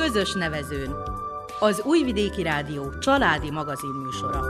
Közös nevezőn. Az Újvidéki Rádió családi magazinműsora.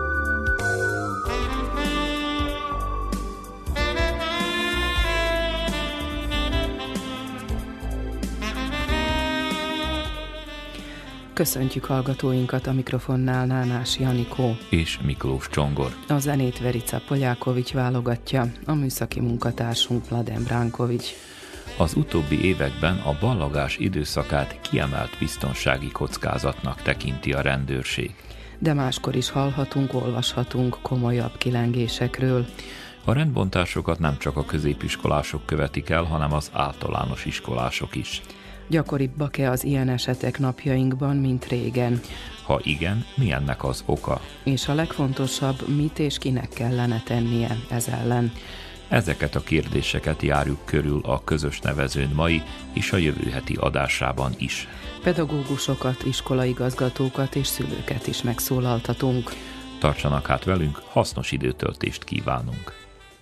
Köszöntjük hallgatóinkat, a mikrofonnál Nánás Janikó és Miklós Csongor. A zenét Verica Poljákovics válogatja, a műszaki munkatársunk Mladen Bránkovics. Az utóbbi években a ballagás időszakát kiemelt biztonsági kockázatnak tekinti a rendőrség. De máskor is hallhatunk, olvashatunk komolyabb kilengésekről. A rendbontásokat nem csak a középiskolások követik el, hanem az általános iskolások is. Gyakoribbak-e az ilyen esetek napjainkban, mint régen? Ha igen, mi ennek az oka? És a legfontosabb, mit és kinek kellene tennie ez ellen? Ezeket a kérdéseket járjuk körül a közös nevezőn mai és a jövő heti adásában is. Pedagógusokat, iskolaigazgatókat és szülőket is megszólaltatunk. Tartsanak hát velünk, hasznos időtöltést kívánunk!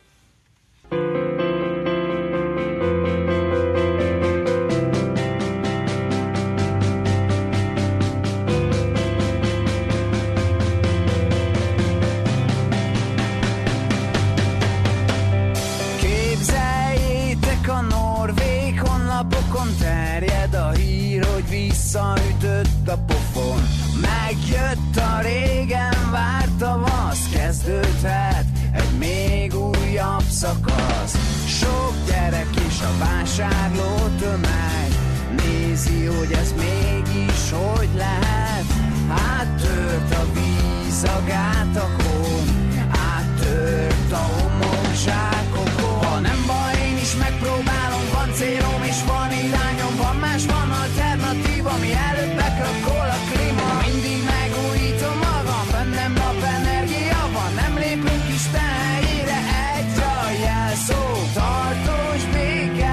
Terjed a hír, hogy visszaütött a pofon. Megjött a régen várt tavasz, kezdődhet egy még újabb szakasz. Sok gyerek és a vásárló tömeg nézi, hogy ez mégis hogy lehet. Áttört a víz a gátakon, áttört a homokzsákokon. Ha nem baj, én is megpróbálom, van célom és van irányom, van más, van alternatíva, ami előbb bekrakol a klíma. Mindig megújítom magam, bennem napenergia van, nem lépünk Isten helyére, egy a jelszó, tartós béke.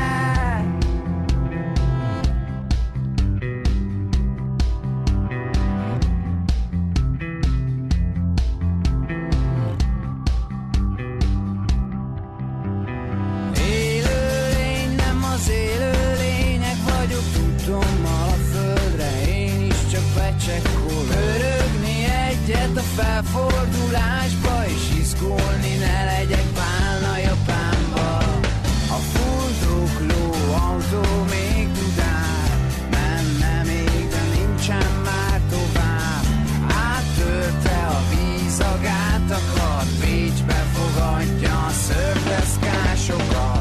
Örögni egyet a felfordulásba, és izgulni ne legyek pálna Japánba. A fuldokló autó még dudál, menne még, de nincsen már tovább. Áttörte a víz a gátakat, Bécsbe fogadja a szörfdeszkásokat.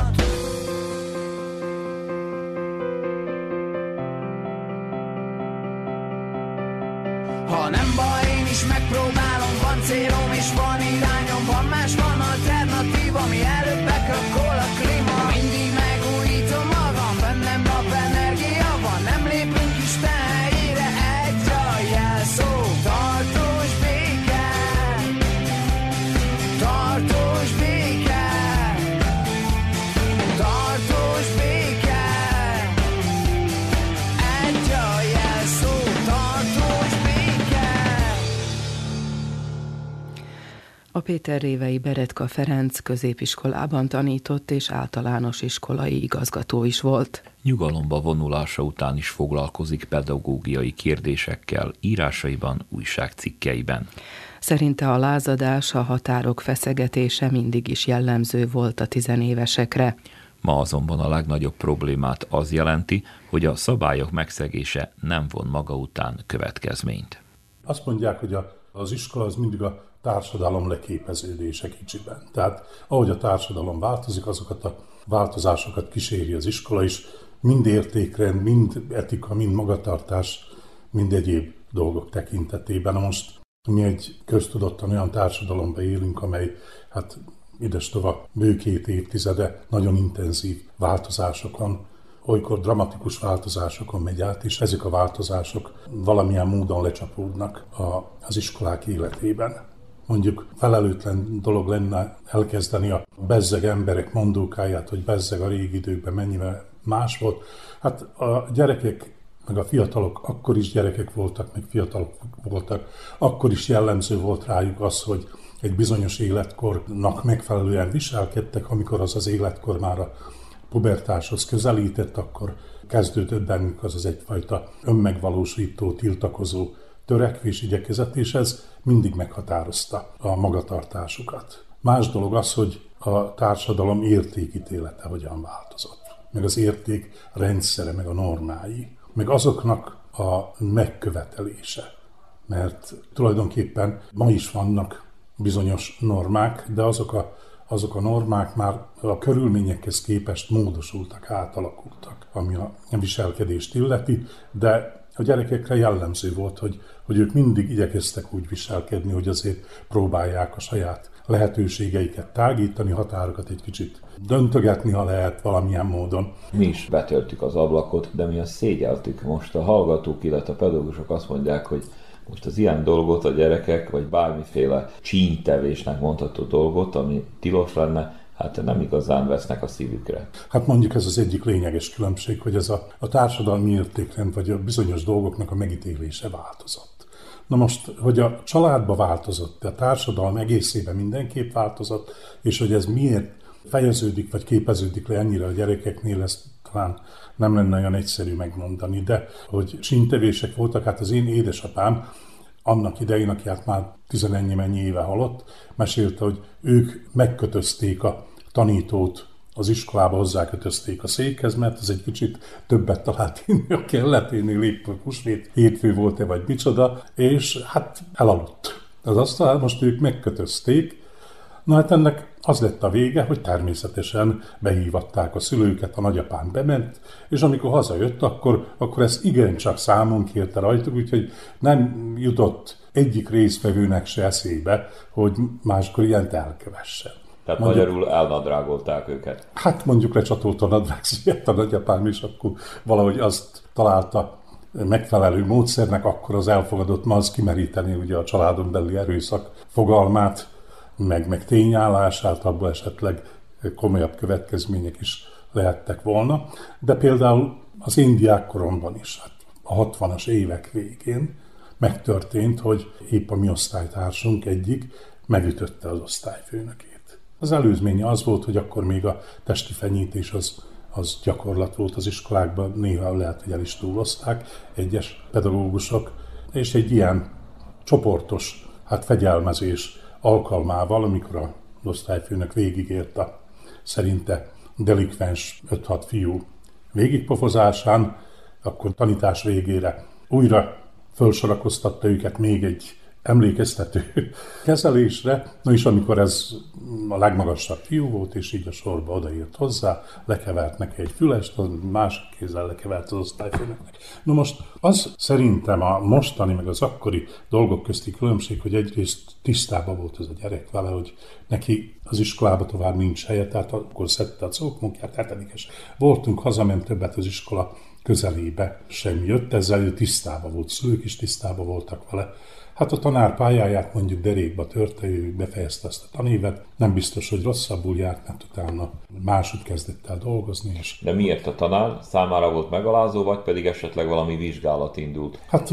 Ha nem baj, én is megpróbálom, van célom és van irányom, van más, van alternatíva, ami előbb bekrakol a klíma. Mindig megújítom magam, bennem napenergia van, nem lépünk Isten helyére, egy a jelszó, tartós béke, tartós béke, tartós béke, egy a jelszó, tartós béke. A Péterrévei Beretka Ferenc középiskolában tanított és általános iskolai igazgató is volt. Nyugalomba vonulása után is foglalkozik pedagógiai kérdésekkel, írásaiban, újságcikkeiben. Szerinte a lázadás, a határok feszegetése mindig is jellemző volt a tizenévesekre. Ma azonban a legnagyobb problémát az jelenti, hogy a szabályok megszegése nem von maga után következményt. Azt mondják, hogy az iskola az mindig a társadalom leképeződése kicsiben. Tehát ahogy a társadalom változik, azokat a változásokat kíséri az iskola is, mind értékrend, mind etika, mind magatartás, mind egyéb dolgok tekintetében. Most mi egy köztudottan olyan társadalomban élünk, amely idestova bő 2 évtizede nagyon intenzív változásokon, olykor dramatikus változásokon megy át, és ezek a változások valamilyen módon lecsapódnak az iskolák életében. Mondjuk felelőtlen dolog lenne elkezdeni a bezzeg emberek mondókáját, hogy bezzeg a régi időkben mennyivel más volt. Hát a gyerekek, meg a fiatalok akkor is gyerekek voltak, meg fiatalok voltak, akkor is jellemző volt rájuk az, hogy egy bizonyos életkornak megfelelően viselkedtek, amikor az életkor már pubertáshoz közelített, akkor kezdődött bennük az egyfajta önmegvalósító, tiltakozó törekvés, igyekezet, és ez mindig meghatározta a magatartásukat. Más dolog az, hogy a társadalom értékítélete hogyan változott, meg az érték rendszere, meg a normái, meg azoknak a megkövetelése. Mert tulajdonképpen ma is vannak bizonyos normák, de azok a normák már a körülményekhez képest módosultak, átalakultak, ami a viselkedést illeti, de a gyerekekre jellemző volt, hogy ők mindig igyekeztek úgy viselkedni, hogy azért próbálják a saját lehetőségeiket tágítani, határokat egy kicsit döntögetni, ha lehet valamilyen módon. Mi is betöltük az ablakot, de mi azt szégyeltük. Most a hallgatók, illetve a pedagógusok azt mondják, hogy most az ilyen dolgot a gyerekek, vagy bármiféle csínytevésnek mondható dolgot, ami tilos lenne, hát nem igazán vesznek a szívükre. Hát mondjuk ez az egyik lényeges különbség, hogy ez a társadalmi értékrend, vagy a bizonyos dolgoknak a megítélése változott. Na most, hogy a családba változott, a társadalom egészében mindenképp változott, és hogy ez miért fejeződik, vagy képeződik le ennyire a gyerekeknél, ezt talán nem lenne olyan egyszerű megmondani, de hogy csínytevések voltak, hát az én édesapám annak idején, aki hát már 10-mennyi éve halott, mesélte, hogy ők megkötözték a tanítót, az iskolába hozzákötözték a székhez, mert ez egy kicsit többet talált inni a kelleténél, épp húsvét, hétfő volt-e vagy micsoda, és hát elaludt. Az asztal, most ők megkötözték. Na hát ennek az lett a vége, hogy természetesen behívatták a szülőket, a nagyapám bement, és amikor hazajött, akkor ezt igencsak számon kérte rajtuk, úgyhogy nem jutott egyik résztvevőnek se eszébe, hogy máskor ilyent elkövessen. Tehát magyarul elnadrágolták őket. Hát mondjuk lecsatolt a nadrágszíjat a nagyapám, és akkor valahogy azt találta megfelelő módszernek, akkor az elfogadott ma az kimeríteni ugye a családon belüli erőszak fogalmát, meg tényállását, abból esetleg komolyabb következmények is lehettek volna. De például az én diákkoromban is, hát a 60-as évek végén megtörtént, hogy épp a mi osztálytársunk egyik megütötte az osztályfőnökét. Az előzménye az volt, hogy akkor még a testi fenyítés az gyakorlat volt az iskolákban, néha lehet, hogy el is túlozták egyes pedagógusok, és egy ilyen csoportos fegyelmezés alkalmával, amikor az osztályfőnök végigért a szerinte delikvens 5-6 fiú végigpofozásán, akkor tanítás végére újra felsorakoztatta őket még egy emlékeztető kezelésre, na és amikor ez a legmagasabb fiú volt, és így a sorba odaért hozzá, lekevert neki egy fülest, a másik kézzel lekevert az osztályfőnöknek. Na most az szerintem a mostani, meg az akkori dolgok közti különbség, hogy egyrészt tisztában volt ez a gyerek vele, hogy neki az iskolába tovább nincs helye, tehát akkor szedte a cókmunkját, 7-es voltunk, hazament, többet az iskola közelébe sem jött, ezzel ő tisztában volt, szülők is tisztában voltak vele. Hát a tanár pályáját mondjuk derékba törte, ő befejezte azt a tanévet, nem biztos, hogy rosszabbul járt, mert utána máshogy kezdett el dolgozni. És de miért a tanár? Számára volt megalázó, vagy pedig esetleg valami vizsgálat indult? Hát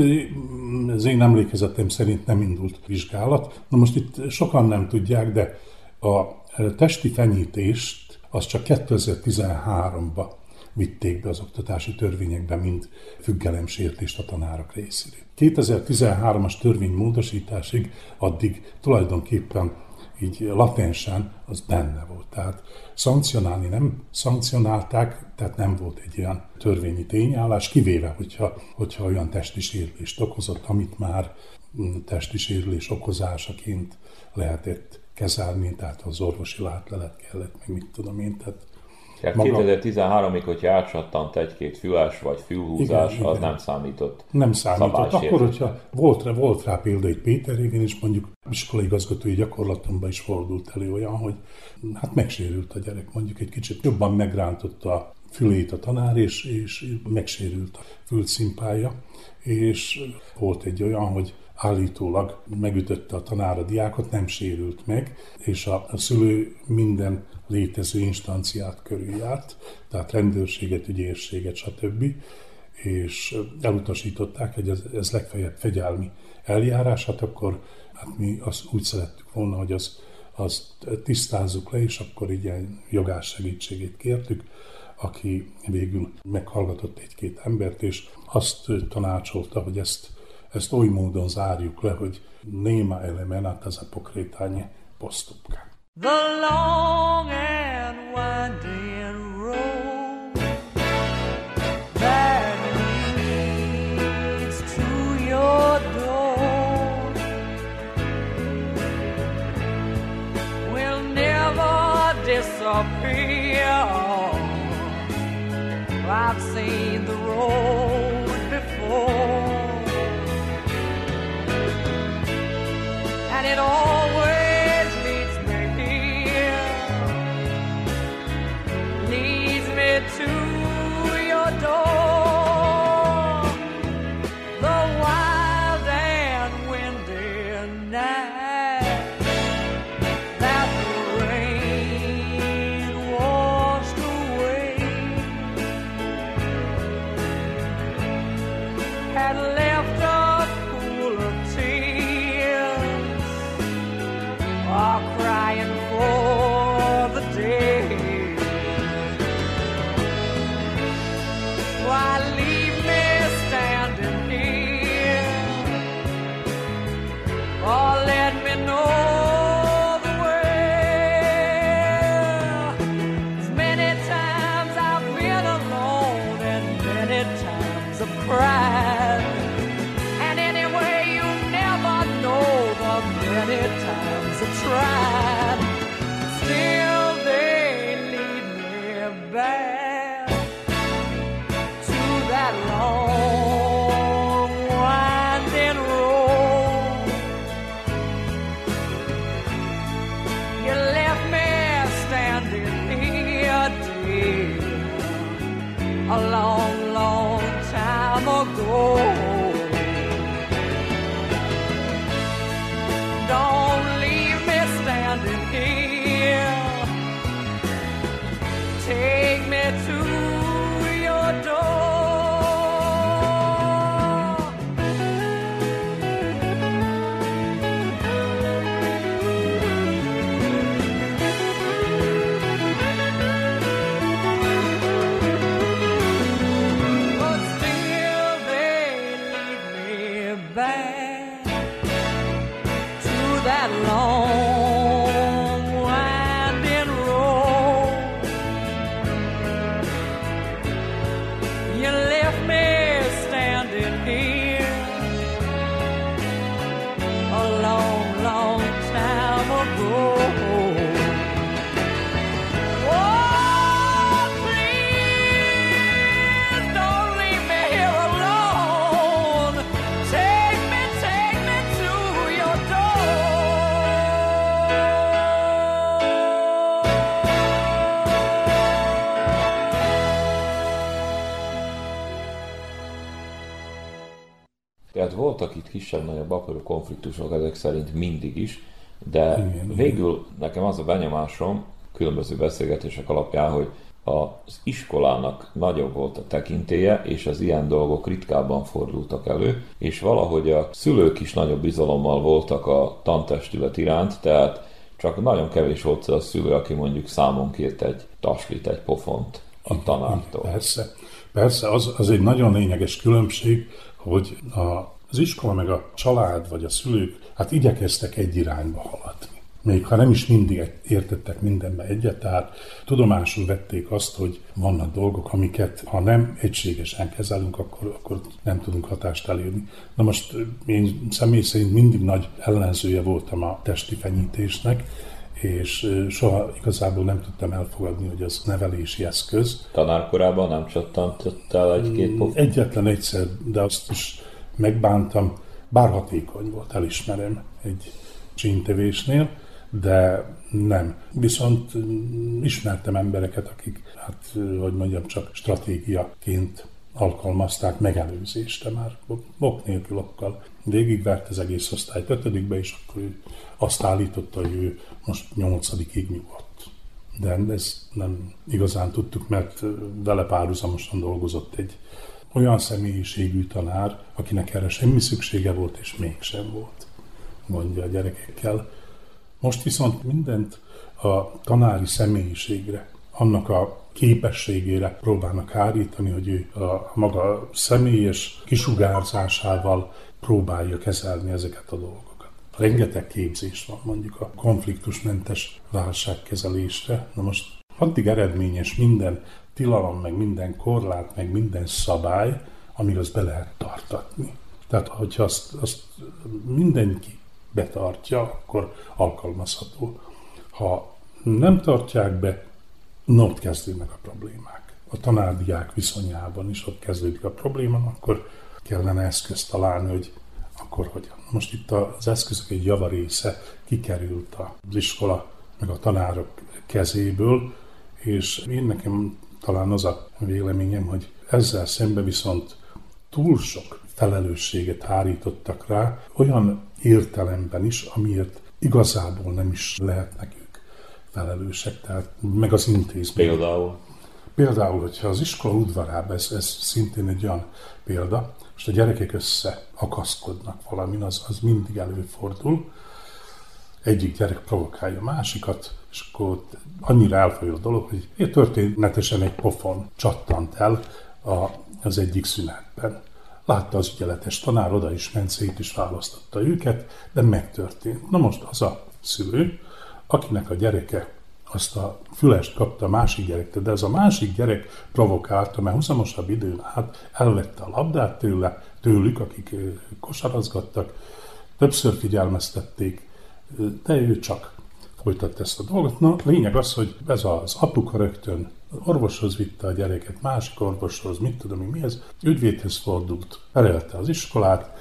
az én emlékezetem szerint nem indult vizsgálat. Na most itt sokan nem tudják, de a testi fenyítést az csak 2013-ban vitték be az oktatási törvényekben, mint függelemsértést a tanárok részéről. 2013-as törvénymódosításig addig tulajdonképpen így latensen az benne volt. Tehát szankcionálni nem szankcionálták, tehát nem volt egy olyan törvényi tényállás, kivéve, hogyha olyan testi sérülést okozott, amit már testi sérülés okozásaként lehetett kezelni, tehát az orvosi látlelet kellett, meg mit tudom én. Tehát 2013-ig, hogyha átsattant egy-két füles vagy fülhúzás, igen, az nem számított. Nem számított. Akkor, hogyha volt rá példa egy Péter révén, és mondjuk iskolai igazgatói gyakorlatomban is fordult elő olyan, hogy hát megsérült a gyerek, mondjuk egy kicsit jobban megrántotta a fülét a tanár, és megsérült a fülcimpája, és volt egy olyan, hogy állítólag megütötte a tanár a diákot, nem sérült meg, és a szülő minden létező instanciát körüljárt, tehát rendőrséget, ügyészséget, stb. És elutasították, hogy ez legfeljebb fegyelmi eljárás, hát akkor mi azt úgy szerettük volna, hogy azt tisztázzuk le, és akkor így ilyen jogás segítségét kértük. aki végül meghallgatott egy-két embert, és azt tanácsolta, hogy ezt oly módon zárjuk le, hogy nema elemenat az apokrétány postupka. The long and winding road that leads to your door will never disappear. I've seen the road before, and it always leads me to your door. The wild and windy night that the rain washed away had left a pool of tears, all crying for the day. Why leave me standing here, or let me know the way? 'Cause many times I've been alone, and many times I've cried, and anyway you never know the many times I've tried. Still they lead me back to that long winding road. You left me standing here, dear, a long, long time ago. Don't leave me standing here. Take me to your door. But still they lead me back to that long winding road. You left me standing here a long, long time ago. Oh, please don't leave me here alone. Take me to your Tehát voltak itt kisebb-nagyobb apró konfliktusok ezek szerint mindig is, de Igen. végül nekem az a benyomásom különböző beszélgetések alapján, hogy az iskolának nagyobb volt a tekintélye, és az ilyen dolgok ritkábban fordultak elő, és valahogy a szülők is nagyobb bizalommal voltak a tantestület iránt, tehát csak nagyon kevés volt az a szülő, aki mondjuk számon kért egy taslit, egy pofont a tanártól. Persze, az egy nagyon lényeges különbség, hogy az iskola meg a család vagy a szülők hát igyekeztek egy irányba haladni. Még ha nem is mindig értettek mindenbe egyet, tehát tudomásul vették azt, hogy vannak dolgok, amiket ha nem egységesen kezelünk, akkor nem tudunk hatást elérni. Na most én személy szerint mindig nagy ellenzője voltam a testi fenyítésnek, és soha igazából nem tudtam elfogadni, hogy az nevelési eszköz. Tanárkorában nem csattantottál egy-két pofont? Egyetlen egyszer, de azt is megbántam, bár hatékony volt, elismerem egy csíntevésnél, de nem. Viszont ismertem embereket, akik, hát, hogy mondjam, csak stratégiaként alkalmazták megelőzést, de már ok nélkül okkal. Végigvert az egész osztályt 5-be, és akkor ő azt állította, hogy ő most 8-ig nyugodt. De ezt nem igazán tudtuk, mert vele párhuzamosan dolgozott egy olyan személyiségű tanár, akinek erre semmi szüksége volt, és mégsem volt, mondja a gyerekekkel. Most viszont mindent a tanári személyiségre annak a képességére próbálnak hárítani, hogy ő a maga személyes kisugárzásával próbálja kezelni ezeket a dolgokat. Rengeteg képzés van mondjuk a konfliktusmentes válságkezelésre. Na most addig eredményes minden tilalom, meg minden korlát, meg minden szabály, amíg azt be lehet tartatni. Tehát, hogyha azt mindenki betartja, akkor alkalmazható. Ha nem tartják be, ott kezdődnek a problémák. A tanár-diák viszonyában is ott kezdődik a probléma, akkor kellene eszközt találni, hogy akkor hogyan. Most itt az eszközök egy javarésze kikerült az iskola meg a tanárok kezéből, és én nekem talán az a véleményem, hogy ezzel szemben viszont túl sok felelősséget hárítottak rá, olyan értelemben is, amiért igazából nem is lehetnek ők felelősek, tehát meg az intézmény. Például, hogyha az iskola udvarában, ez szintén egy olyan példa, most a gyerekek összeakaszkodnak valamin, az mindig előfordul. Egyik gyerek provokálja a másikat, és akkor annyira elfolyó a dolog, hogy történetesen egy pofon csattant el az egyik szünetben. Látta az ügyeletes tanár, oda is ment, szét is választotta őket, de megtörtént. Na most az a szülő, akinek a gyereke azt a fülest kapta a másik gyerektől, de ez a másik gyerek provokálta, mert húzamosabb időn át elvette a labdát tőlük, akik kosarazgattak, többször figyelmeztették, de ő csak folytatta ezt a dolgot. Na, lényeg az, hogy ez az apuka rögtön orvoshoz vitte a gyereket, másik orvoshoz, mit tudom én mi ez, ügyvédhez fordult, perelte az iskolát.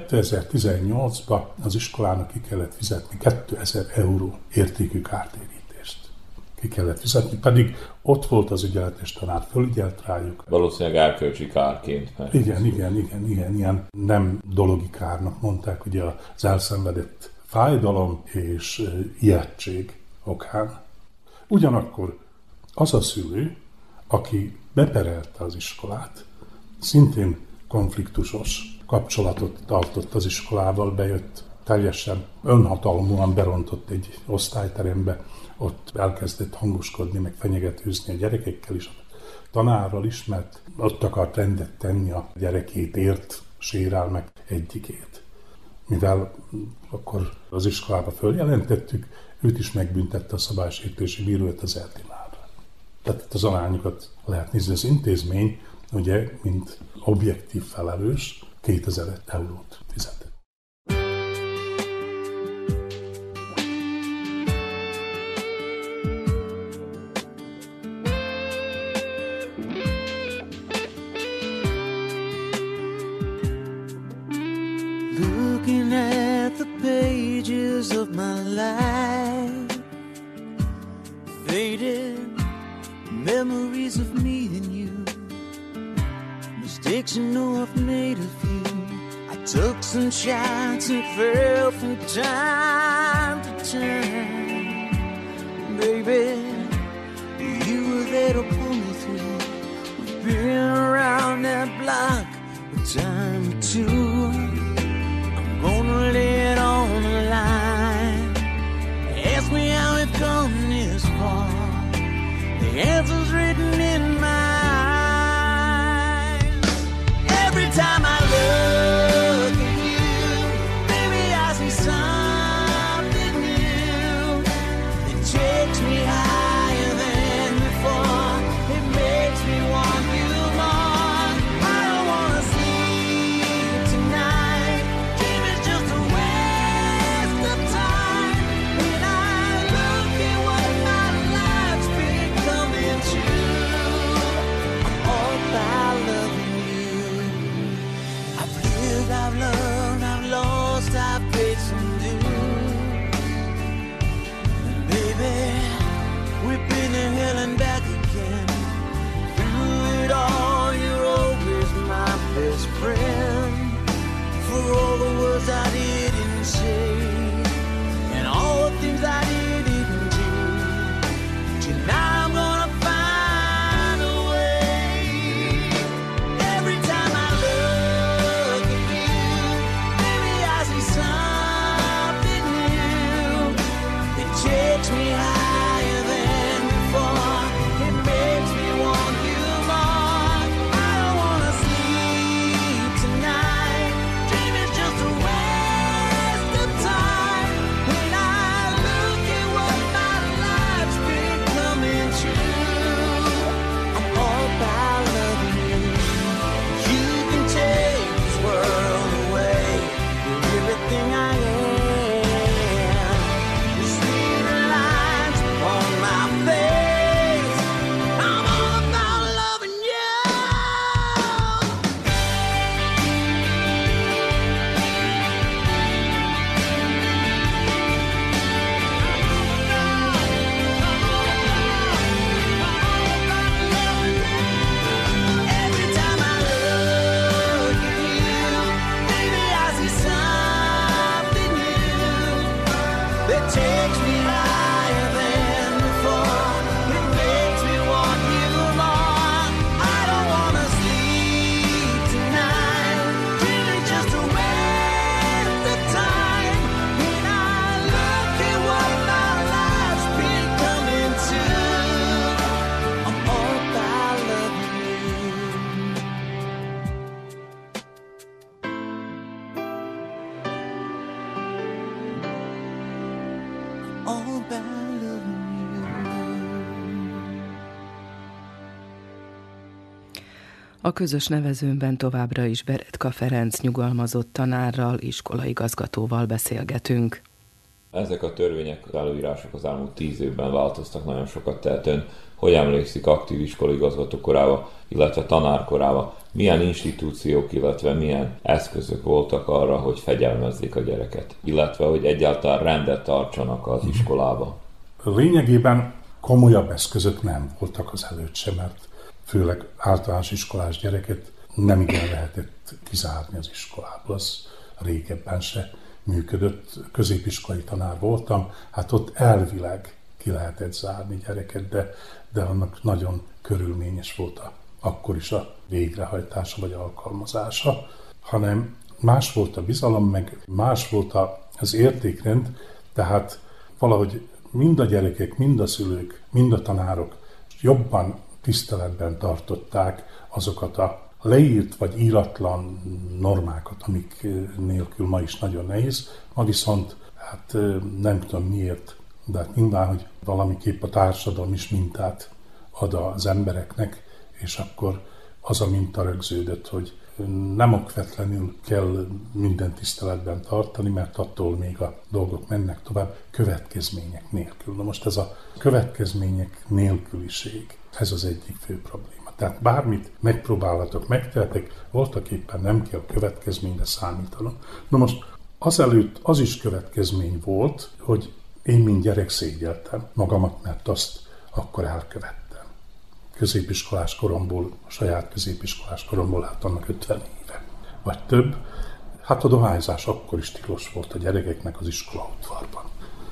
2018-ban az iskolának ki kellett fizetni 2000 euró értékű kártérítést. Ki kellett fizetni, pedig ott volt az ügyeletes tanár, fölügyelt rájuk. Valószínűleg erkölcsi kárként. Igen, ilyen nem dologi kárnak mondták, ugye az elszenvedett fájdalom és ijegység okán. Ugyanakkor az a szülő, aki beperelte az iskolát, szintén konfliktusos kapcsolatot tartott az iskolával, bejött teljesen önhatalmúan, berontott egy osztályterembe, ott elkezdett hangoskodni, meg fenyegetőzni a gyerekekkel is, a tanárral is, mert ott akart rendet tenni a gyerekétért, sérelmek egyikét. Mivel akkor az iskolába följelentettük, őt is megbüntette a szabálysértési bíró 5000 dinárra. Tehát itt az arányokat lehet nézni. Az intézmény, ugye, mint objektív felelős, 2000 eurót fizetett. Looking at the pages of my life, faded memories of me and you, mistakes you know I've made of you. I took some shots and fell from time to time. Baby, you were there to pull me through. We've been around that block a time or two. I'm gonna lay it on the line. Ask me how we've come this far. The answer's written in my eyes. Every time I look at you, baby, I see something new. It takes me higher than before. It makes me want you more. I don't wanna sleep tonight. Dream is just a waste of time. When I look at what my life's becoming true. A közös nevezőnben továbbra is Beretka Ferenc nyugalmazott tanárral, iskolaigazgatóval beszélgetünk. Ezek a törvények, az előírások az elmúlt 10 évben változtak nagyon sokat, tehát ön hogy emlékszik aktív iskolaigazgató korába, illetve tanárkorába, milyen institúciók, illetve milyen eszközök voltak arra, hogy fegyelmezzék a gyereket, illetve hogy egyáltalán rendet tartsanak az iskolába? Lényegében komolyabb eszközök nem voltak az előtt sem, mert főleg általános iskolás gyereket nem igen lehetett kizárni az iskolából, az régebben se működött. Középiskolai tanár voltam, hát ott elvileg ki lehetett zárni gyereket, de annak nagyon körülményes volt akkor is a végrehajtása vagy alkalmazása, hanem más volt a bizalom, meg más volt az értékrend, tehát valahogy mind a gyerekek, mind a szülők, mind a tanárok jobban tiszteletben tartották azokat a leírt vagy íratlan normákat, amik nélkül ma is nagyon nehéz. Ma viszont, hát nem tudom miért, de hát nyilván, hogy valamiképp a társadalom is mintát ad az embereknek, és akkor az a minta rögződött, hogy nem okvetlenül kell minden tiszteletben tartani, mert attól még a dolgok mennek tovább következmények nélkül. Na most ez a következmények nélküliség, ez az egyik fő probléma. Tehát bármit megpróbálhatok, megtehetek, voltak éppen nem kell következményre számítanom. Na most azelőtt az is következmény volt, hogy én mint gyerek szégyeltem magamat, mert azt akkor elkövettem. Középiskolás koromból, a saját középiskolás koromból, hát annak 50 éve, vagy több. Hát a dohányzás akkor is tilos volt a gyerekeknek az iskolaudvarban.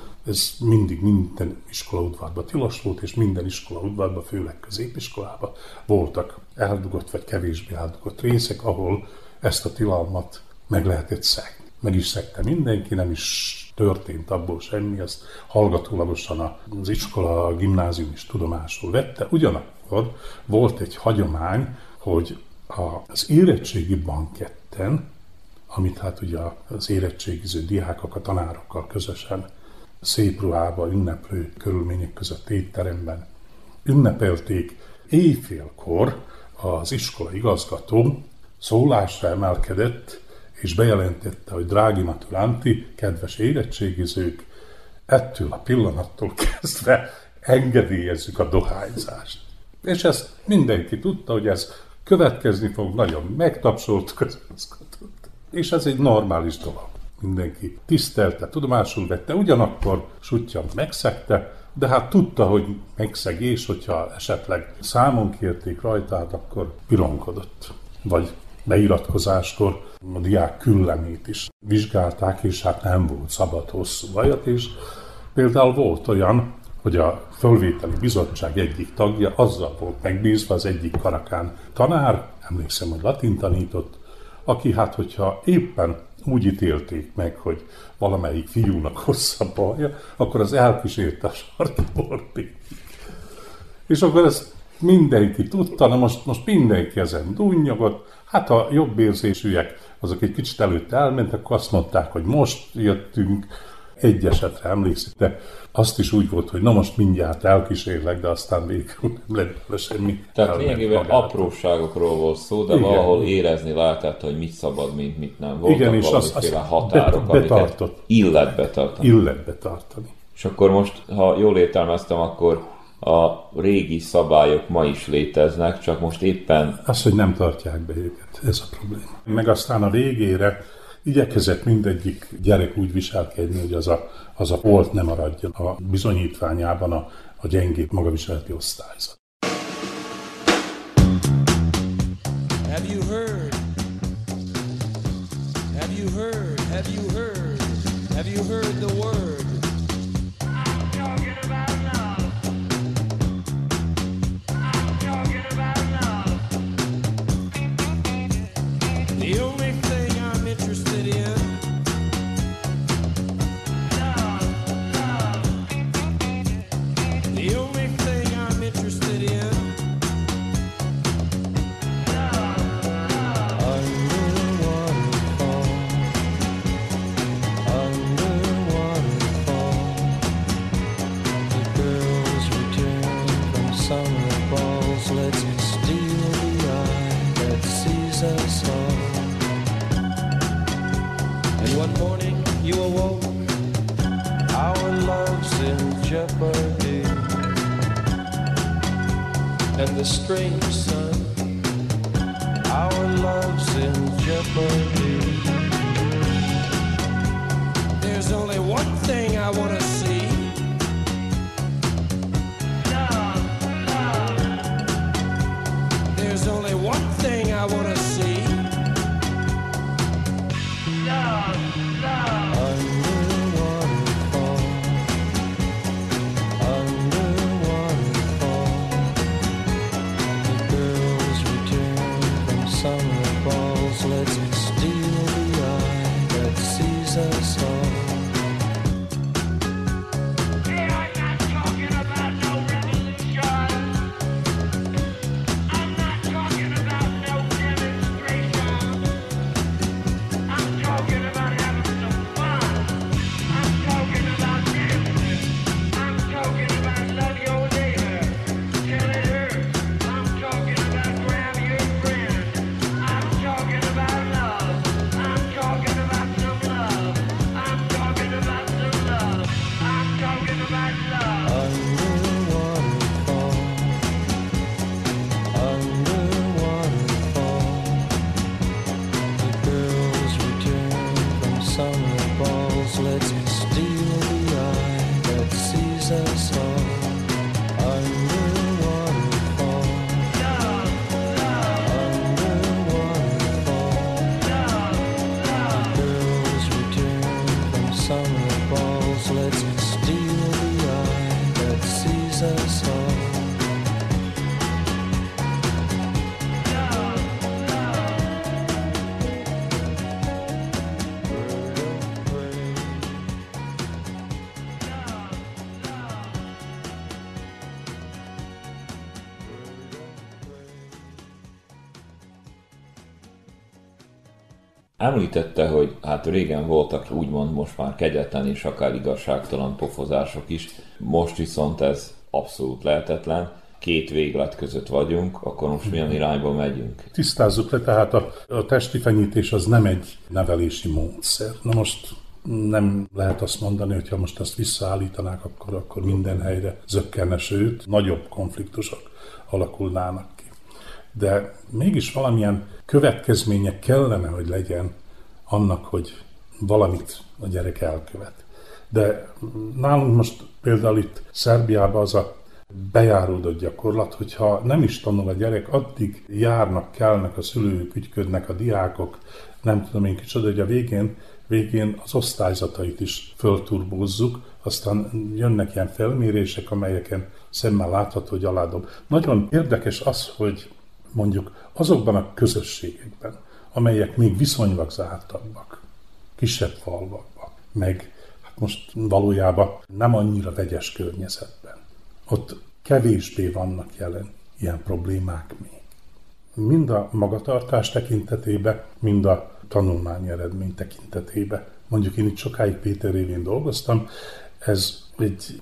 Ez mindig minden iskolaudvarban tilos volt, és minden iskolaudvarban, főleg középiskolában voltak eldugott vagy kevésbé eldugott részek, ahol ezt a tilalmat meg lehetett szegni. Meg is szegte mindenki, nem is történt abból semmi, ezt hallgatólagosan az iskola, a gimnázium is tudomásul vette. Ugyanakkor volt egy hagyomány, hogy az érettségi banketten, amit hát ugye az érettségiző diákok a tanárokkal közösen szép ruhába, ünneplő körülmények között étteremben ünnepelték, éjfélkor az iskola igazgató szólásra emelkedett, és bejelentette, hogy drági maturanti, kedves érettségizők, ettől a pillanattól kezdve engedélyezzük a dohányzást. És ezt mindenki tudta, hogy ez következni fog, nagyon megtapsoltuk az igazgatót. És ez egy normális dolog. Mindenki tisztelte, tudomásul vette, ugyanakkor suttyan megszegte, de hát tudta, hogy megszegés, hogyha esetleg számon kérték rajtát, akkor pironkodott. Vagy beiratkozáskor a diák küllemét is vizsgálták, és hát nem volt szabad hosszú vajat, és például volt olyan, hogy a fölvételi bizottság egyik tagja azzal volt megbízva, az egyik karakán tanár, emlékszem, hogy latin tanított, aki hát, hogyha éppen úgy ítélték meg, hogy valamelyik fiúnak hosszabb haja, akkor az elkísérte a sarki borpéig. És akkor ezt mindenki tudta, na most mindenki ezen dunnyogott, hát a jobb érzésűek, azok egy kicsit előtte elmentek, akkor azt mondták, hogy most jöttünk, egy esetre emlékszik, de azt is úgy volt, hogy na most mindjárt elkísérlek, de aztán végül nem lett bele semmi. Tehát lényegében apróságokról volt szó, de igen, valahol érezni lehetett, hogy mit szabad, mit nem. Voltak igen, és valamiféle határok, amiket illet betartani. Illet betartani. És akkor most, ha jól értelmeztem, akkor a régi szabályok ma is léteznek, csak most éppen... Az, hogy nem tartják be őket, ez a probléma. Meg aztán a végére igyekezett mindegyik gyerek úgy viselkedni, hogy az a holt nem maradjon a bizonyítványában a gyengébb magaviseleti osztályzat. Have you heard? Have you heard? Have you heard? Have you heard the word? I'm talking about love. I'm talking about love. The only thing I'm interested in. Love, love. The only thing I'm interested in. Let's steal the eye you awoke, our love's in jeopardy. And the strange sun, our love's in jeopardy. There's only one thing I want to see. Love, love. There's only one thing I want to see. Love, love. Under waterfall, under waterfall, the girls return from summer balls. Let's steal the eye that sees us all. Említette, hogy hát régen voltak úgymond most már kegyetlen és akár igazságtalan pofozások is, most viszont ez abszolút lehetetlen. Két véglet között vagyunk, akkor most milyen irányba megyünk? Tisztázzuk le, tehát a testi fenyítés az nem egy nevelési módszer. Na most nem lehet azt mondani, hogy ha most ezt visszaállítanák, akkor minden helyre zökkenne, sőt, nagyobb konfliktusok alakulnának ki. De mégis valamilyen következménye kellene, hogy legyen annak, hogy valamit a gyerek elkövet. De nálunk most például itt Szerbiában az a bejáródott gyakorlat, hogyha nem is tanul a gyerek, addig járnak, kelnek a szülők, ügyködnek a diákok, nem tudom én kicsoda, hogy a végén az osztályzatait is fölturbózzuk, aztán jönnek ilyen felmérések, amelyeken szemmel látható, hogy aládob. Nagyon érdekes az, hogy mondjuk azokban a közösségekben, amelyek még viszonylag zártabbak, kisebb falvakban, meg hát most valójában nem annyira vegyes környezetben, ott kevésbé vannak jelen ilyen problémák még. Mind a magatartás tekintetében, mind a tanulmányi eredmény tekintetében. Mondjuk én itt sokáig Péter révén dolgoztam, ez egy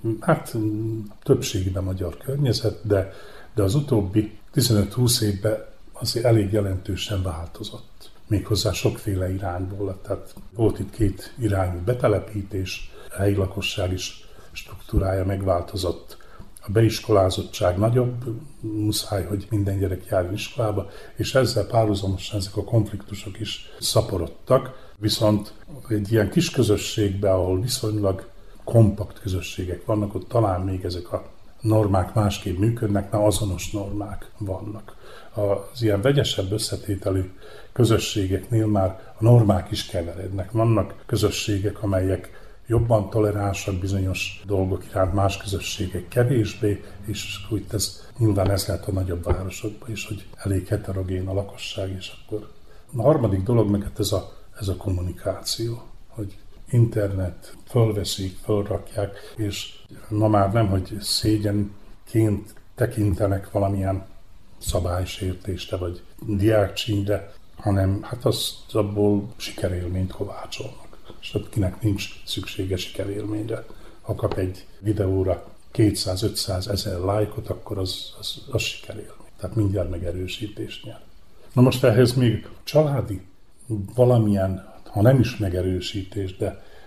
többségében magyar környezet, de az utóbbi 15-20 évben azért elég jelentősen változott. Méghozzá sokféle irányból. Tehát volt itt két irányú betelepítés, a helyi lakosság is struktúrája megváltozott. A beiskolázottság nagyobb, muszáj, hogy minden gyerek járjon iskolába, és ezzel párhuzamosan ezek a konfliktusok is szaporodtak. Viszont egy ilyen kis közösségben, ahol viszonylag kompakt közösségek vannak, ott talán még ezek a normák másképp működnek, mert azonos normák vannak. Az ilyen vegyesebb összetételű közösségeknél már a normák is keverednek. Vannak közösségek, amelyek jobban toleránsak bizonyos dolgok iránt, más közösségek kevésbé, és úgy nyilván ez lehet a nagyobb városokban is, hogy elég heterogén a lakosság, és akkor a harmadik dolog meg ez a kommunikáció, hogy internet, fölveszik, fölrakják, és ma már nem, hogy szégyenként tekintenek valamilyen szabálysértésre, vagy diákcsínyre, hanem hát abból sikerélményt kovácsolnak. És kinek nincs szüksége sikerélményre. Ha kap egy videóra 200-500 ezer lájkot, akkor az sikerélmény. Tehát mindjárt megerősítést nyer. Na most ehhez még családi valamilyen, ha nem is megerősítés, de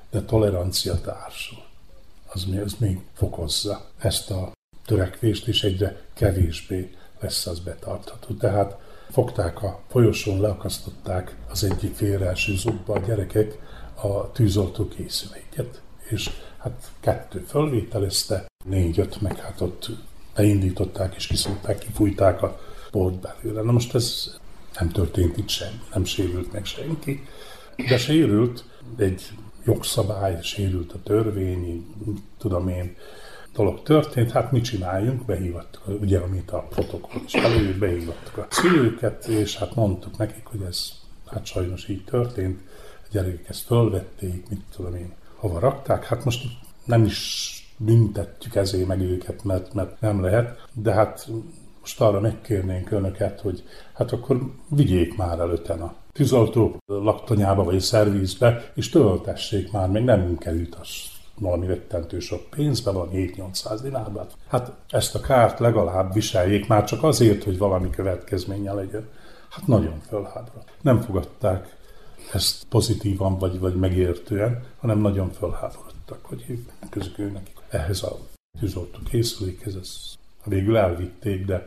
de tolerancia társul. Az még fokozza ezt a törekvést, és egyre kevésbé lesz az betartható. Tehát fogták a folyosón, leakasztották az egyik félreeső zugba a gyerekek a tűzoltó készüléket, és hát 2 fölvételezte, 4-5 meg hát ott beindították és kiszúrták, kifújták a port belőle. Na most ez nem történt itt semmi, nem sérült meg senki, de sérült egy jogszabály, sérült a törvény, tudom én, dolog történt, hát mit csináljunk? Behívattuk, ugye, amit a protokoll is előtt, behívattuk a szülőket, és hát mondtuk nekik, hogy ez hát sajnos így történt, a gyerekek ezt fölvették, mit tudom én, hova rakták, hát most nem is büntetjük ezért meg őket, mert nem lehet, de hát most arra megkérnénk önöket, hogy hát akkor vigyék már előtten a tűzoltó laktanyába vagy a szervízbe, és töltessék már, még nem került az valami rettentő sok pénzbe, van 7-800 dinárba. Hát ezt a kárt legalább viseljék már csak azért, hogy valami következménye legyen. Hát nagyon fölháborodtak. Nem fogadták ezt pozitívan vagy megértően, hanem nagyon fölháborodtak, hogy közük nekik ehhez a tűzoltó készülékhez, ezt végül elvitték, de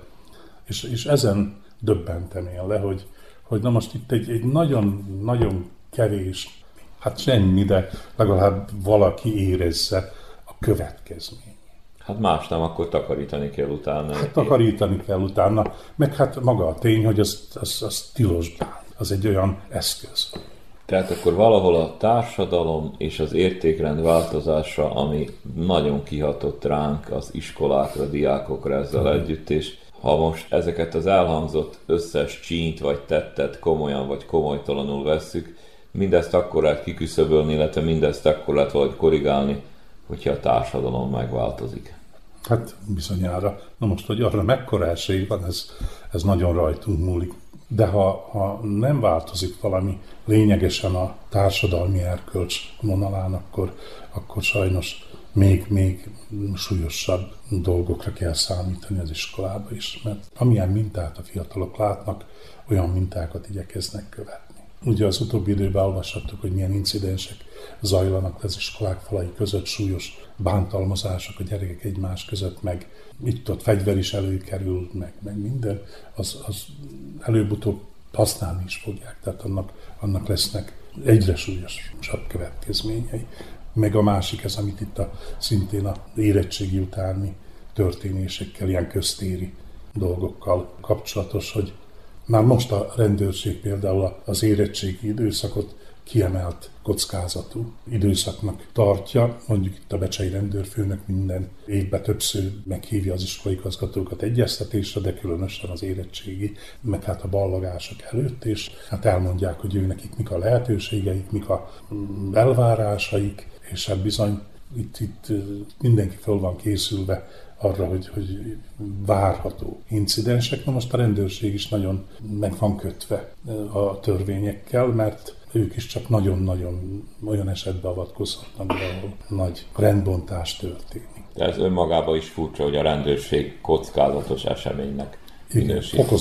és ezen döbbentem én le, hogy na most itt egy nagyon kevés, hát semmi, de legalább valaki érezze a következményt. Hát más nem, akkor takarítani kell utána. Hát takarítani kell utána, meg hát maga a tény, hogy az tilos bán, az egy olyan eszköz. Tehát akkor valahol a társadalom és az értékrend változása, ami nagyon kihatott ránk, az iskolákra, diákokra ezzel együtt, és ha most ezeket az elhangzott összes csínt vagy tettet komolyan vagy komolytalanul vesszük, mindezt akkor lehet kiküszöbölni, illetve mindezt akkor lehet valahogy korrigálni, hogyha a társadalom megváltozik. Hát bizonyára. Na most, hogy arra mekkora esély van, ez nagyon rajtunk múlik. De ha nem változik valami lényegesen a társadalmi erkölcs vonalán, akkor sajnos még súlyosabb dolgokra kell számítani az iskolába is, mert amilyen mintát a fiatalok látnak, olyan mintákat igyekeznek követni. Ugye az utóbbi időben olvashattuk, hogy milyen incidensek zajlanak az iskolák falai között, súlyos bántalmazások a gyerekek egymás között, meg itt-ott fegyver is előkerül, meg minden, az előbb-utóbb használni is fogják, tehát annak lesznek egyre súlyosabb következményei. Meg a másik ez, amit itt szintén az érettségi utáni történésekkel, ilyen köztéri dolgokkal kapcsolatos, hogy már most a rendőrség például az érettségi időszakot kiemelt kockázatú időszaknak tartja. Mondjuk itt a becsei rendőrfőnök minden évben többször meghívja az iskolaigazgatókat egyeztetésre, de különösen az érettségi, meg hát a ballagások előtt, és hát elmondják, hogy nekik mik a lehetőségeik, mik a elvárásaik, és hát bizony itt mindenki föl van készülve arra, hogy várható incidensek. Na most a rendőrség is nagyon meg van kötve a törvényekkel, mert ők is csak nagyon-nagyon olyan esetben avatkozhatnak, ahol nagy rendbontás történik. De ez önmagában is furcsa, hogy a rendőrség kockázatos eseménynek minősít. Igen,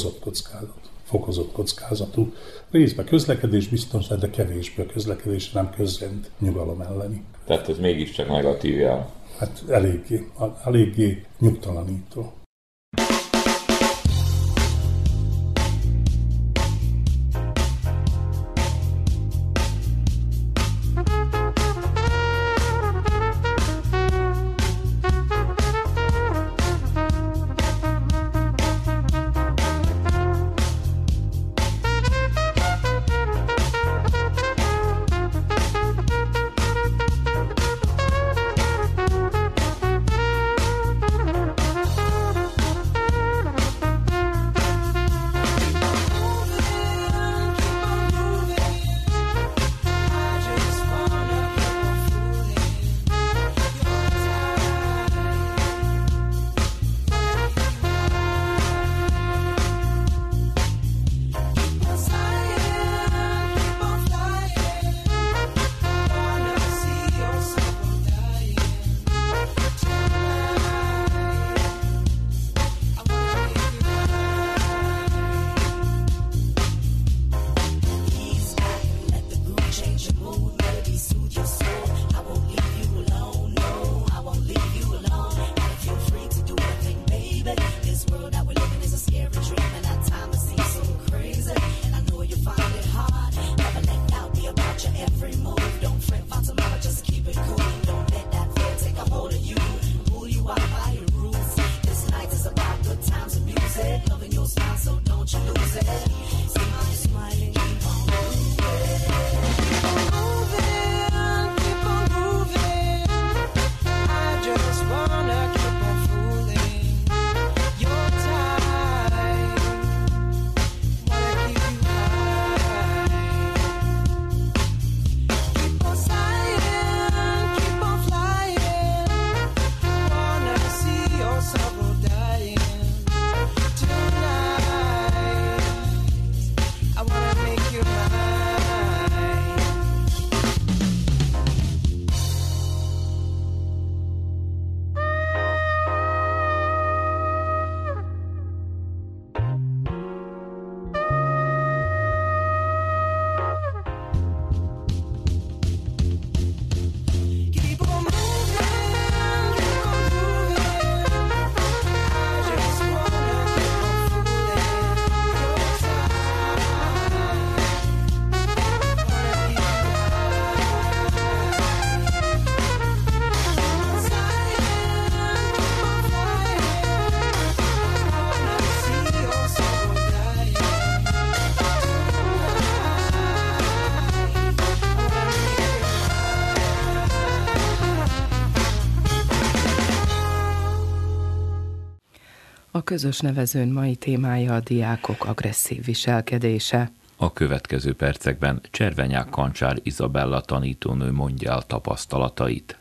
fokozott kockázatú. Részben közlekedésbiztonság, de kevésbé a közlekedés, nem közrend nyugalom elleni. Tehát ez mégiscsak negatív jel. Hát eléggé nyugtalanító. A közös nevezőn mai témája a diákok agresszív viselkedése. A következő percekben Cservenyák Kancsár Izabella tanítónő mondja el tapasztalatait.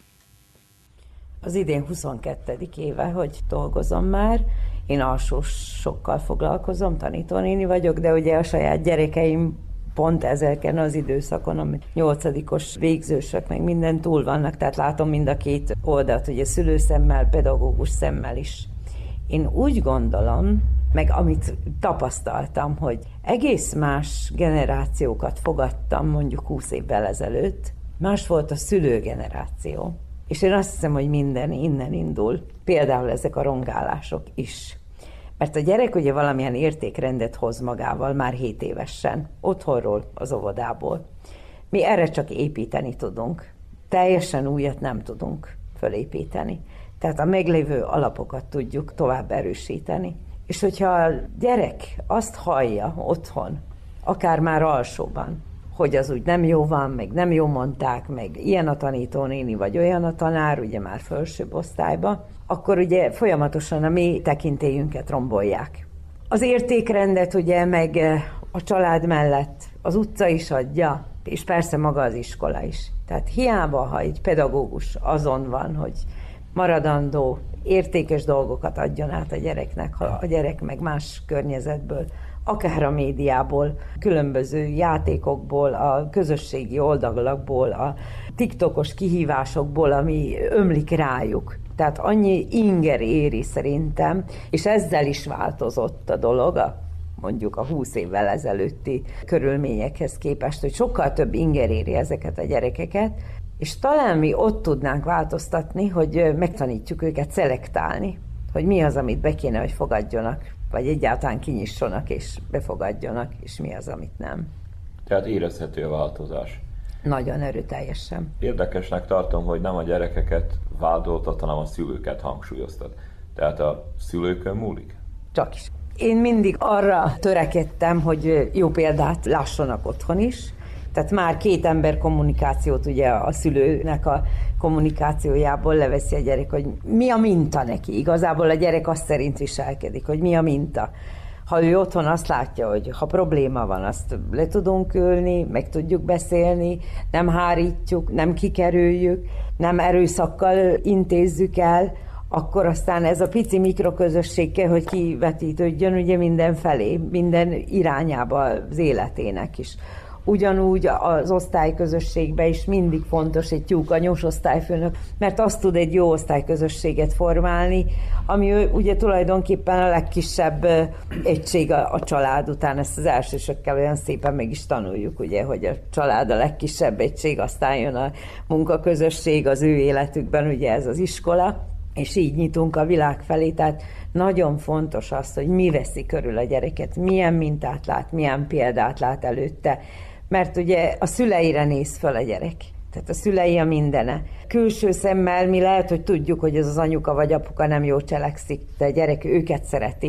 Az idén 22. éve, hogy dolgozom már. Én alsósokkal foglalkozom, tanítónéni vagyok, de ugye a saját gyerekeim pont ezeken az időszakon, amit 8-os végzősök, meg minden túl vannak, tehát látom mind a két oldalt, ugye szülőszemmel, pedagógus szemmel is. Én úgy gondolom, meg amit tapasztaltam, hogy egész más generációkat fogadtam mondjuk 20 évvel ezelőtt, más volt a szülőgeneráció. És én azt hiszem, hogy minden innen indul, például ezek a rongálások is. Mert a gyerek ugye valamilyen értékrendet hoz magával már 7 évesen, otthonról, az óvodából. Mi erre csak építeni tudunk. Teljesen újat nem tudunk fölépíteni. Tehát a meglévő alapokat tudjuk tovább erősíteni. És hogyha a gyerek azt hallja otthon, akár már alsóban, hogy az úgy nem jó van, meg nem jó mondták, meg ilyen a tanítónéni, vagy olyan a tanár, ugye már felsőbb osztályba, akkor ugye folyamatosan a mi tekintélyünket rombolják. Az értékrendet ugye meg a család mellett az utca is adja, és persze maga az iskola is. Tehát hiába, ha egy pedagógus azon van, hogy maradandó, értékes dolgokat adjon át a gyereknek, ha a gyerek meg más környezetből, akár a médiából, különböző játékokból, a közösségi oldalakból, a TikTokos kihívásokból, ami ömlik rájuk. Tehát annyi inger éri szerintem, és ezzel is változott a dolog, mondjuk a 20 évvel ezelőtti körülményekhez képest, hogy sokkal több inger éri ezeket a gyerekeket, és talán mi ott tudnánk változtatni, hogy megtanítjuk őket szelektálni, hogy mi az, amit be kéne, hogy fogadjanak, vagy egyáltalán kinyissonak és befogadjanak, és mi az, amit nem. Tehát érezhető a változás. Nagyon erőteljesen. Érdekesnek tartom, hogy nem a gyerekeket vádoltat, hanem a szülőket hangsúlyoztat. Tehát a szülőkön múlik? Csak is. Én mindig arra törekedtem, hogy jó példát lássanak otthon is. Tehát már 2 ember kommunikációt ugye a szülőnek a kommunikációjából leveszi a gyerek, hogy mi a minta neki. Igazából a gyerek azt szerint viselkedik, hogy mi a minta. Ha ő otthon azt látja, hogy ha probléma van, azt le tudunk ülni, meg tudjuk beszélni, nem hárítjuk, nem kikerüljük, nem erőszakkal intézzük el, akkor aztán ez a pici mikroközösség kell, hogy kivetítődjön ugye mindenfelé, minden irányába az életének is. Ugyanúgy az osztályközösségben is mindig fontos egy tyúkanyós osztályfőnök, mert azt tud egy jó osztályközösséget formálni, ami ugye tulajdonképpen a legkisebb egység a család után. Ezt az elsősökkel olyan szépen meg is tanuljuk, ugye, hogy a család a legkisebb egység, aztán jön a munkaközösség az ő életükben, ugye ez az iskola, és így nyitunk a világ felé, tehát nagyon fontos az, hogy mi veszi körül a gyereket, milyen mintát lát, milyen példát lát előtte, mert ugye a szüleire néz föl a gyerek, tehát a szülei a mindene. Külső szemmel mi lehet, hogy tudjuk, hogy ez az anyuka vagy apuka nem jól cselekszik, de a gyerek őket szereti,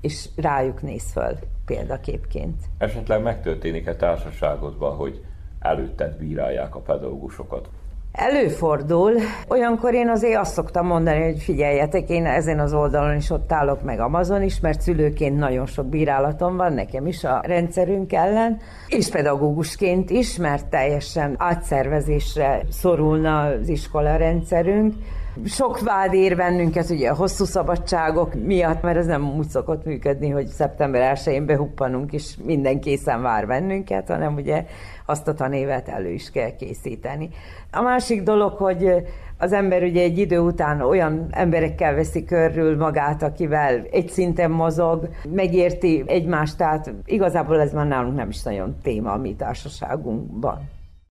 és rájuk néz föl példaképként. Esetleg megtörténik-e társaságodban, hogy előtted bírálják a pedagógusokat? Előfordul. Olyankor én azért azt szoktam mondani, hogy figyeljetek, én ezen az oldalon is ott állok, meg Amazon is, mert szülőként nagyon sok bírálatom van nekem is a rendszerünk ellen, és pedagógusként is, mert teljesen átszervezésre szorulna az iskola rendszerünk. Sok vád ér bennünket ugye a hosszú szabadságok miatt, mert ez nem úgy szokott működni, hogy szeptember 1-én behuppanunk, és minden készen vár bennünket, hanem ugye azt a tanévet elő is kell készíteni. A másik dolog, hogy az ember ugye egy idő után olyan emberekkel veszi körül magát, akivel egy szinten mozog, megérti egymást, tehát igazából ez már nálunk nem is nagyon téma a mi társaságunkban.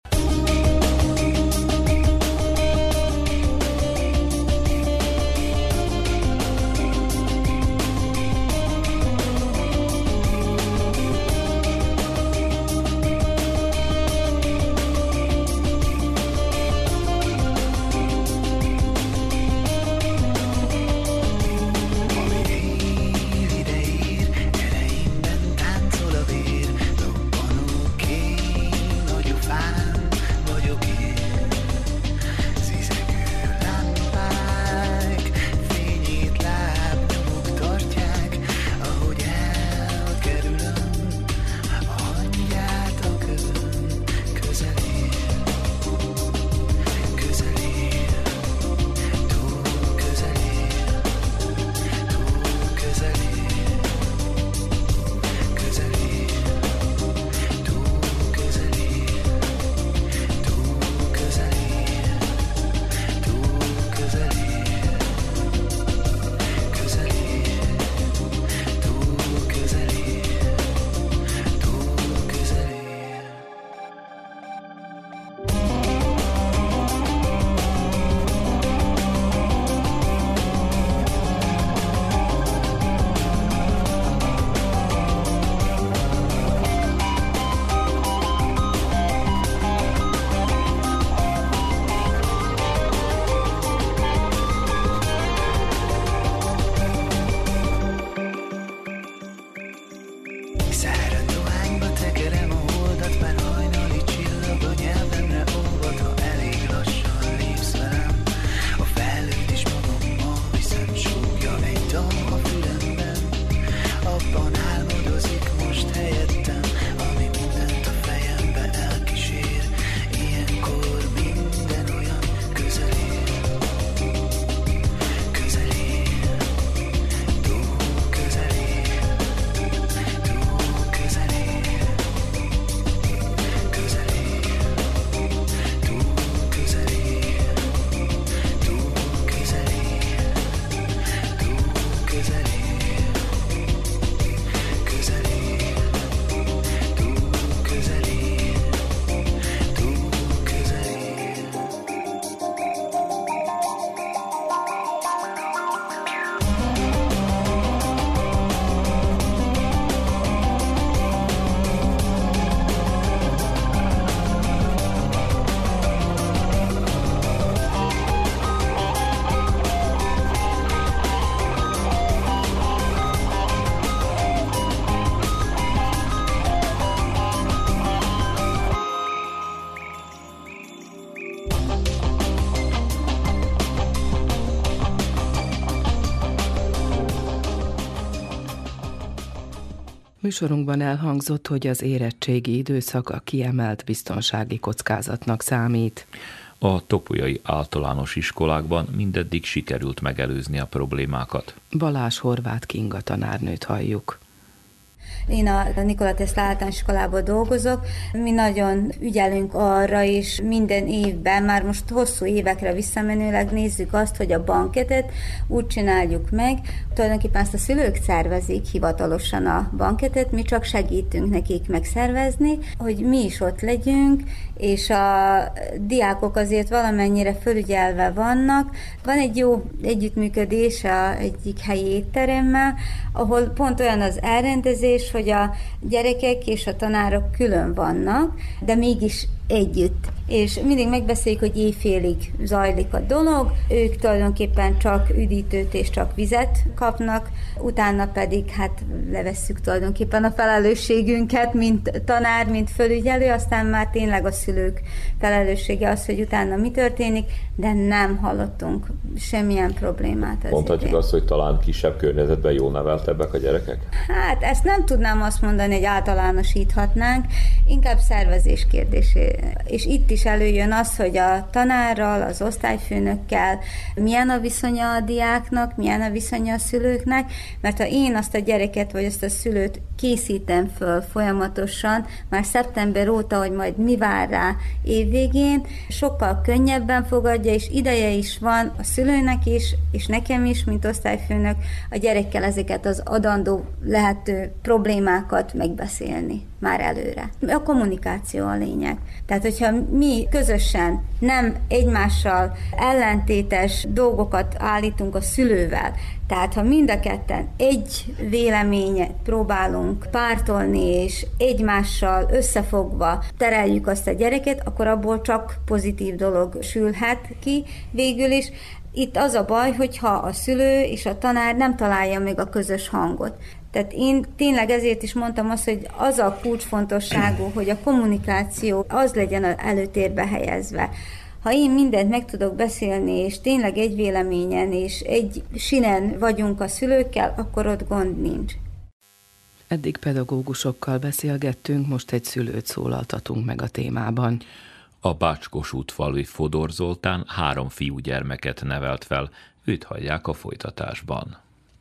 Műsorunkban elhangzott, hogy az érettségi időszak a kiemelt biztonsági kockázatnak számít. A topolyai általános iskolákban mindeddig sikerült megelőzni a problémákat. Balázs Horváth Kinga tanárnőt halljuk. Én a Nikola Tesla általános iskolában dolgozok. Mi nagyon ügyelünk arra, és minden évben, már most hosszú évekre visszamenőleg nézzük azt, hogy a banketet úgy csináljuk meg. Tulajdonképpen azt a szülők szervezik hivatalosan a banketet, mi csak segítünk nekik megszervezni, hogy mi is ott legyünk, és a diákok azért valamennyire fölügyelve vannak. Van egy jó együttműködés egyik helyi étteremmel, ahol pont olyan az elrendezés, hogy a gyerekek és a tanárok külön vannak, de mégis együtt. És mindig megbeszéljük, hogy éjfélig zajlik a dolog, ők tulajdonképpen csak üdítőt és csak vizet kapnak, utána pedig hát levesszük tulajdonképpen a felelősségünket, mint tanár, mint fölügyelő, aztán már tényleg a szülők felelőssége az, hogy utána mi történik, de nem hallottunk semmilyen problémát. Mondhatjuk azt, hogy talán kisebb környezetben jól neveltebbek a gyerekek? Hát ezt nem tudnám azt mondani, hogy általánosíthatnánk, inkább szervezés kérdésé. És itt is előjön az, hogy a tanárral, az osztályfőnökkel milyen a viszonya a diáknak, milyen a viszonya a szülőknek, mert ha én azt a gyereket vagy azt a szülőt készítem föl folyamatosan, már szeptember óta, hogy majd mi vár rá évvégén, sokkal könnyebben fogadja, és ideje is van a szülőnek is, és nekem is, mint osztályfőnök, a gyerekkel ezeket az adandó lehető problémákat megbeszélni már előre. A kommunikáció a lényeg. Tehát, hogyha mi közösen nem egymással ellentétes dolgokat állítunk a szülővel, tehát ha mind a ketten egy véleményet próbálunk pártolni, és egymással összefogva tereljük azt a gyereket, akkor abból csak pozitív dolog sülhet ki végül is. Itt az a baj, hogyha a szülő és a tanár nem találja meg a közös hangot. Tehát én tényleg ezért is mondtam azt, hogy az a kulcsfontosságú, hogy a kommunikáció az legyen előtérbe helyezve. Ha én mindent meg tudok beszélni, és tényleg egy véleményen és egy sinen vagyunk a szülőkkel, akkor ott gond nincs. Eddig pedagógusokkal beszélgettünk, most egy szülőt szólaltatunk meg a témában. A Bács-Kossuth falusi Fodor Zoltán 3 fiúgyermeket nevelt fel, őt hallják a folytatásban.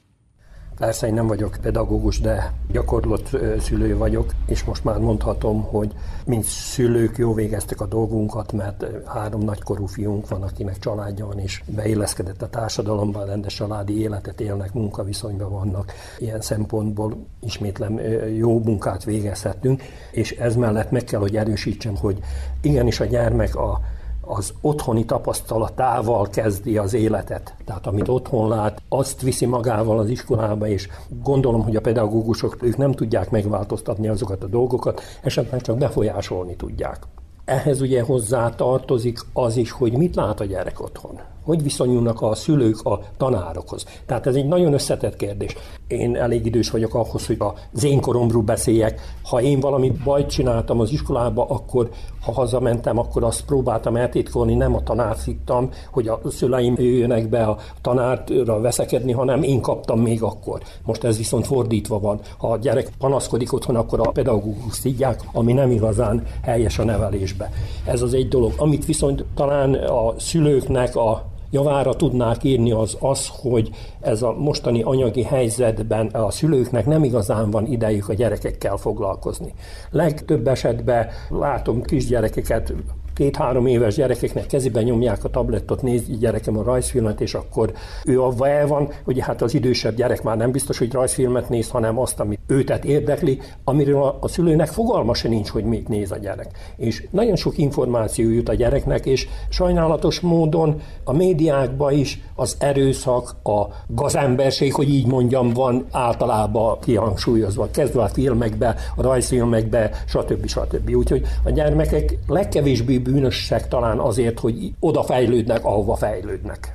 Persze én nem vagyok pedagógus, de gyakorlott szülő vagyok, és most már mondhatom, hogy mint szülők jól végeztek a dolgunkat, mert 3 nagykorú fiunk van, akinek családja van, és beilleszkedett a társadalomban, rendes családi életet élnek, munkaviszonyban vannak. Ilyen szempontból ismétlem jó munkát végezhetünk, és ez mellett meg kell, hogy erősítsem, hogy igenis a gyermek az otthoni tapasztalatával kezdi az életet. Tehát amit otthon lát, azt viszi magával az iskolába, és gondolom, hogy a pedagógusok ők nem tudják megváltoztatni azokat a dolgokat, esetleg csak befolyásolni tudják. Ehhez ugye hozzá tartozik az is, hogy mit lát a gyerek otthon. Hogy viszonyulnak a szülők a tanárokhoz. Tehát ez egy nagyon összetett kérdés. Én elég idős vagyok ahhoz, hogy az én koromról beszéljek. Ha én valami bajt csináltam az iskolába, akkor ha hazamentem, akkor azt próbáltam eltitkolni, nem a tanárt hittam, hogy a szüleim jöjjönek be a tanárra veszekedni, hanem én kaptam még akkor. Most ez viszont fordítva van. Ha a gyerek panaszkodik otthon, akkor a pedagógus szidják, ami nem igazán helyes a nevelésbe. Ez az egy dolog. Amit viszont talán a szülőknek a javára tudnák írni az, hogy ez a mostani anyagi helyzetben a szülőknek nem igazán van idejük a gyerekekkel foglalkozni. Legtöbb esetben látom kisgyerekeket, 2-3 éves gyerekeknek kezében nyomják a tablettot, nézi gyerekem a rajzfilmet, és akkor ő avva el van, ugye hát az idősebb gyerek már nem biztos, hogy rajzfilmet néz, hanem azt, ami őtet érdekli, amiről a szülőnek fogalma se nincs, hogy mit néz a gyerek. És nagyon sok információ jut a gyereknek, és sajnálatos módon a médiákban is az erőszak, a gazemberség, hogy így mondjam, van általában kihangsúlyozva, kezdve a filmekbe, a rajzfilmekbe, stb. Úgyhogy a gyermekek legkevésbé bűnösek talán azért, hogy oda fejlődnek, ahova fejlődnek.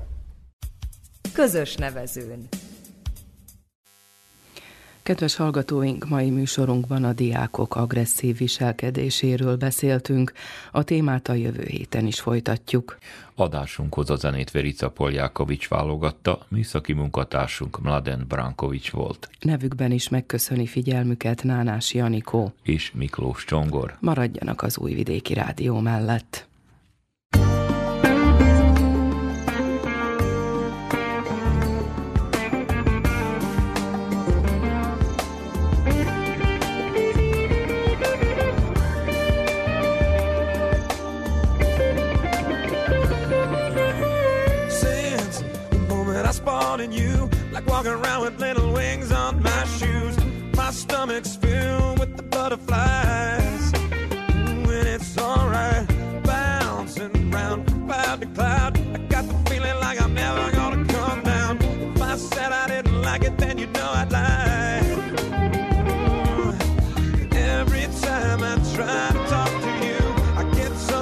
Közös nevezőn. Kedves hallgatóink, mai műsorunkban a diákok agresszív viselkedéséről beszéltünk, a témát a jövő héten is folytatjuk. Adásunkhoz a zenét Verica Poljákovics válogatta, műszaki munkatársunk Mladen Brankovics volt. Nevükben is megköszöni figyelmüket Nánás Janikó és Miklós Csongor. Maradjanak az Újvidéki Rádió mellett. You like walking around with little wings on my shoes. My stomach's filled with the butterflies. When it's alright, bouncing round cloud to cloud. I got the feeling like I'm never gonna come down. If I said I didn't like it, then you know I'd lie. Every time I try to talk to you, I get so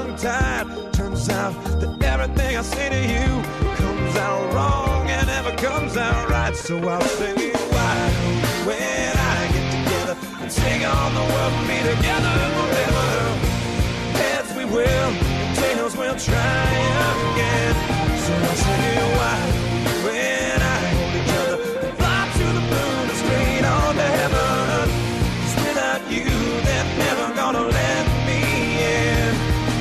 So I'll say, why don't you and I get together and sing on the world and be together forever? Heads we will, tails we'll try again. So I'll say, why don't you and I hold each other and fly to the moon and straight on to heaven? 'Cause without you, they're never gonna let me in.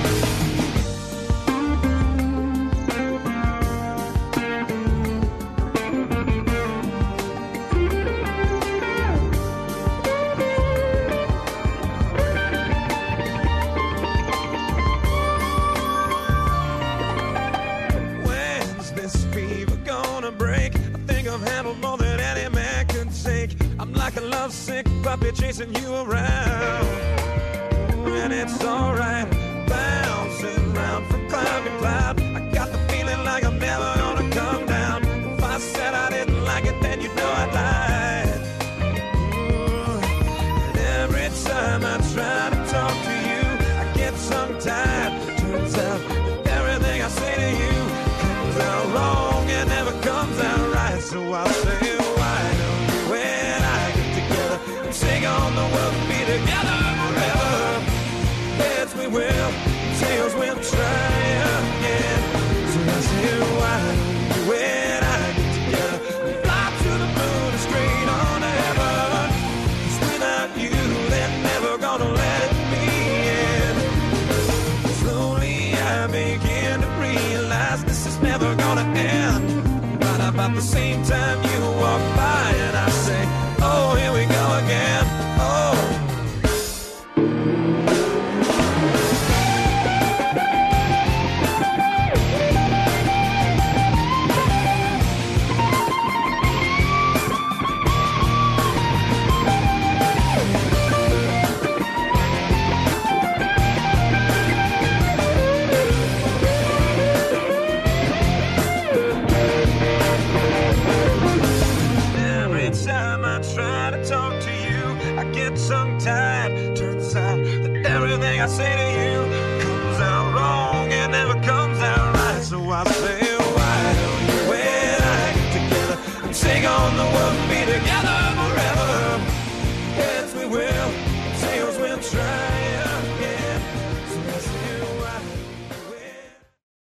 More than any man can take. I'm like a lovesick puppy chasing you around, and it's alright, bouncing round from cloud to cloud. I got the feeling like I'm never gonna come down. If I said I didn't like it, then you know I'd lie. And every time I try to talk to you, I get tongue-tied. Turns out that everything I say to you comes out wrong and never comes out right. So I'll say, why don't you and I get together and sing on the world and be together forever? Heads we will, tails we'll try again. So I'll say, why don't you and I get together and fly to the moon and straight on to heaven? 'Cause without you, they're never gonna let me in. Slowly I begin to realize this is never gonna end. About the same time you walk by and I say, oh, here we go again, oh. Tongue-tied. Turns out that everything I say to you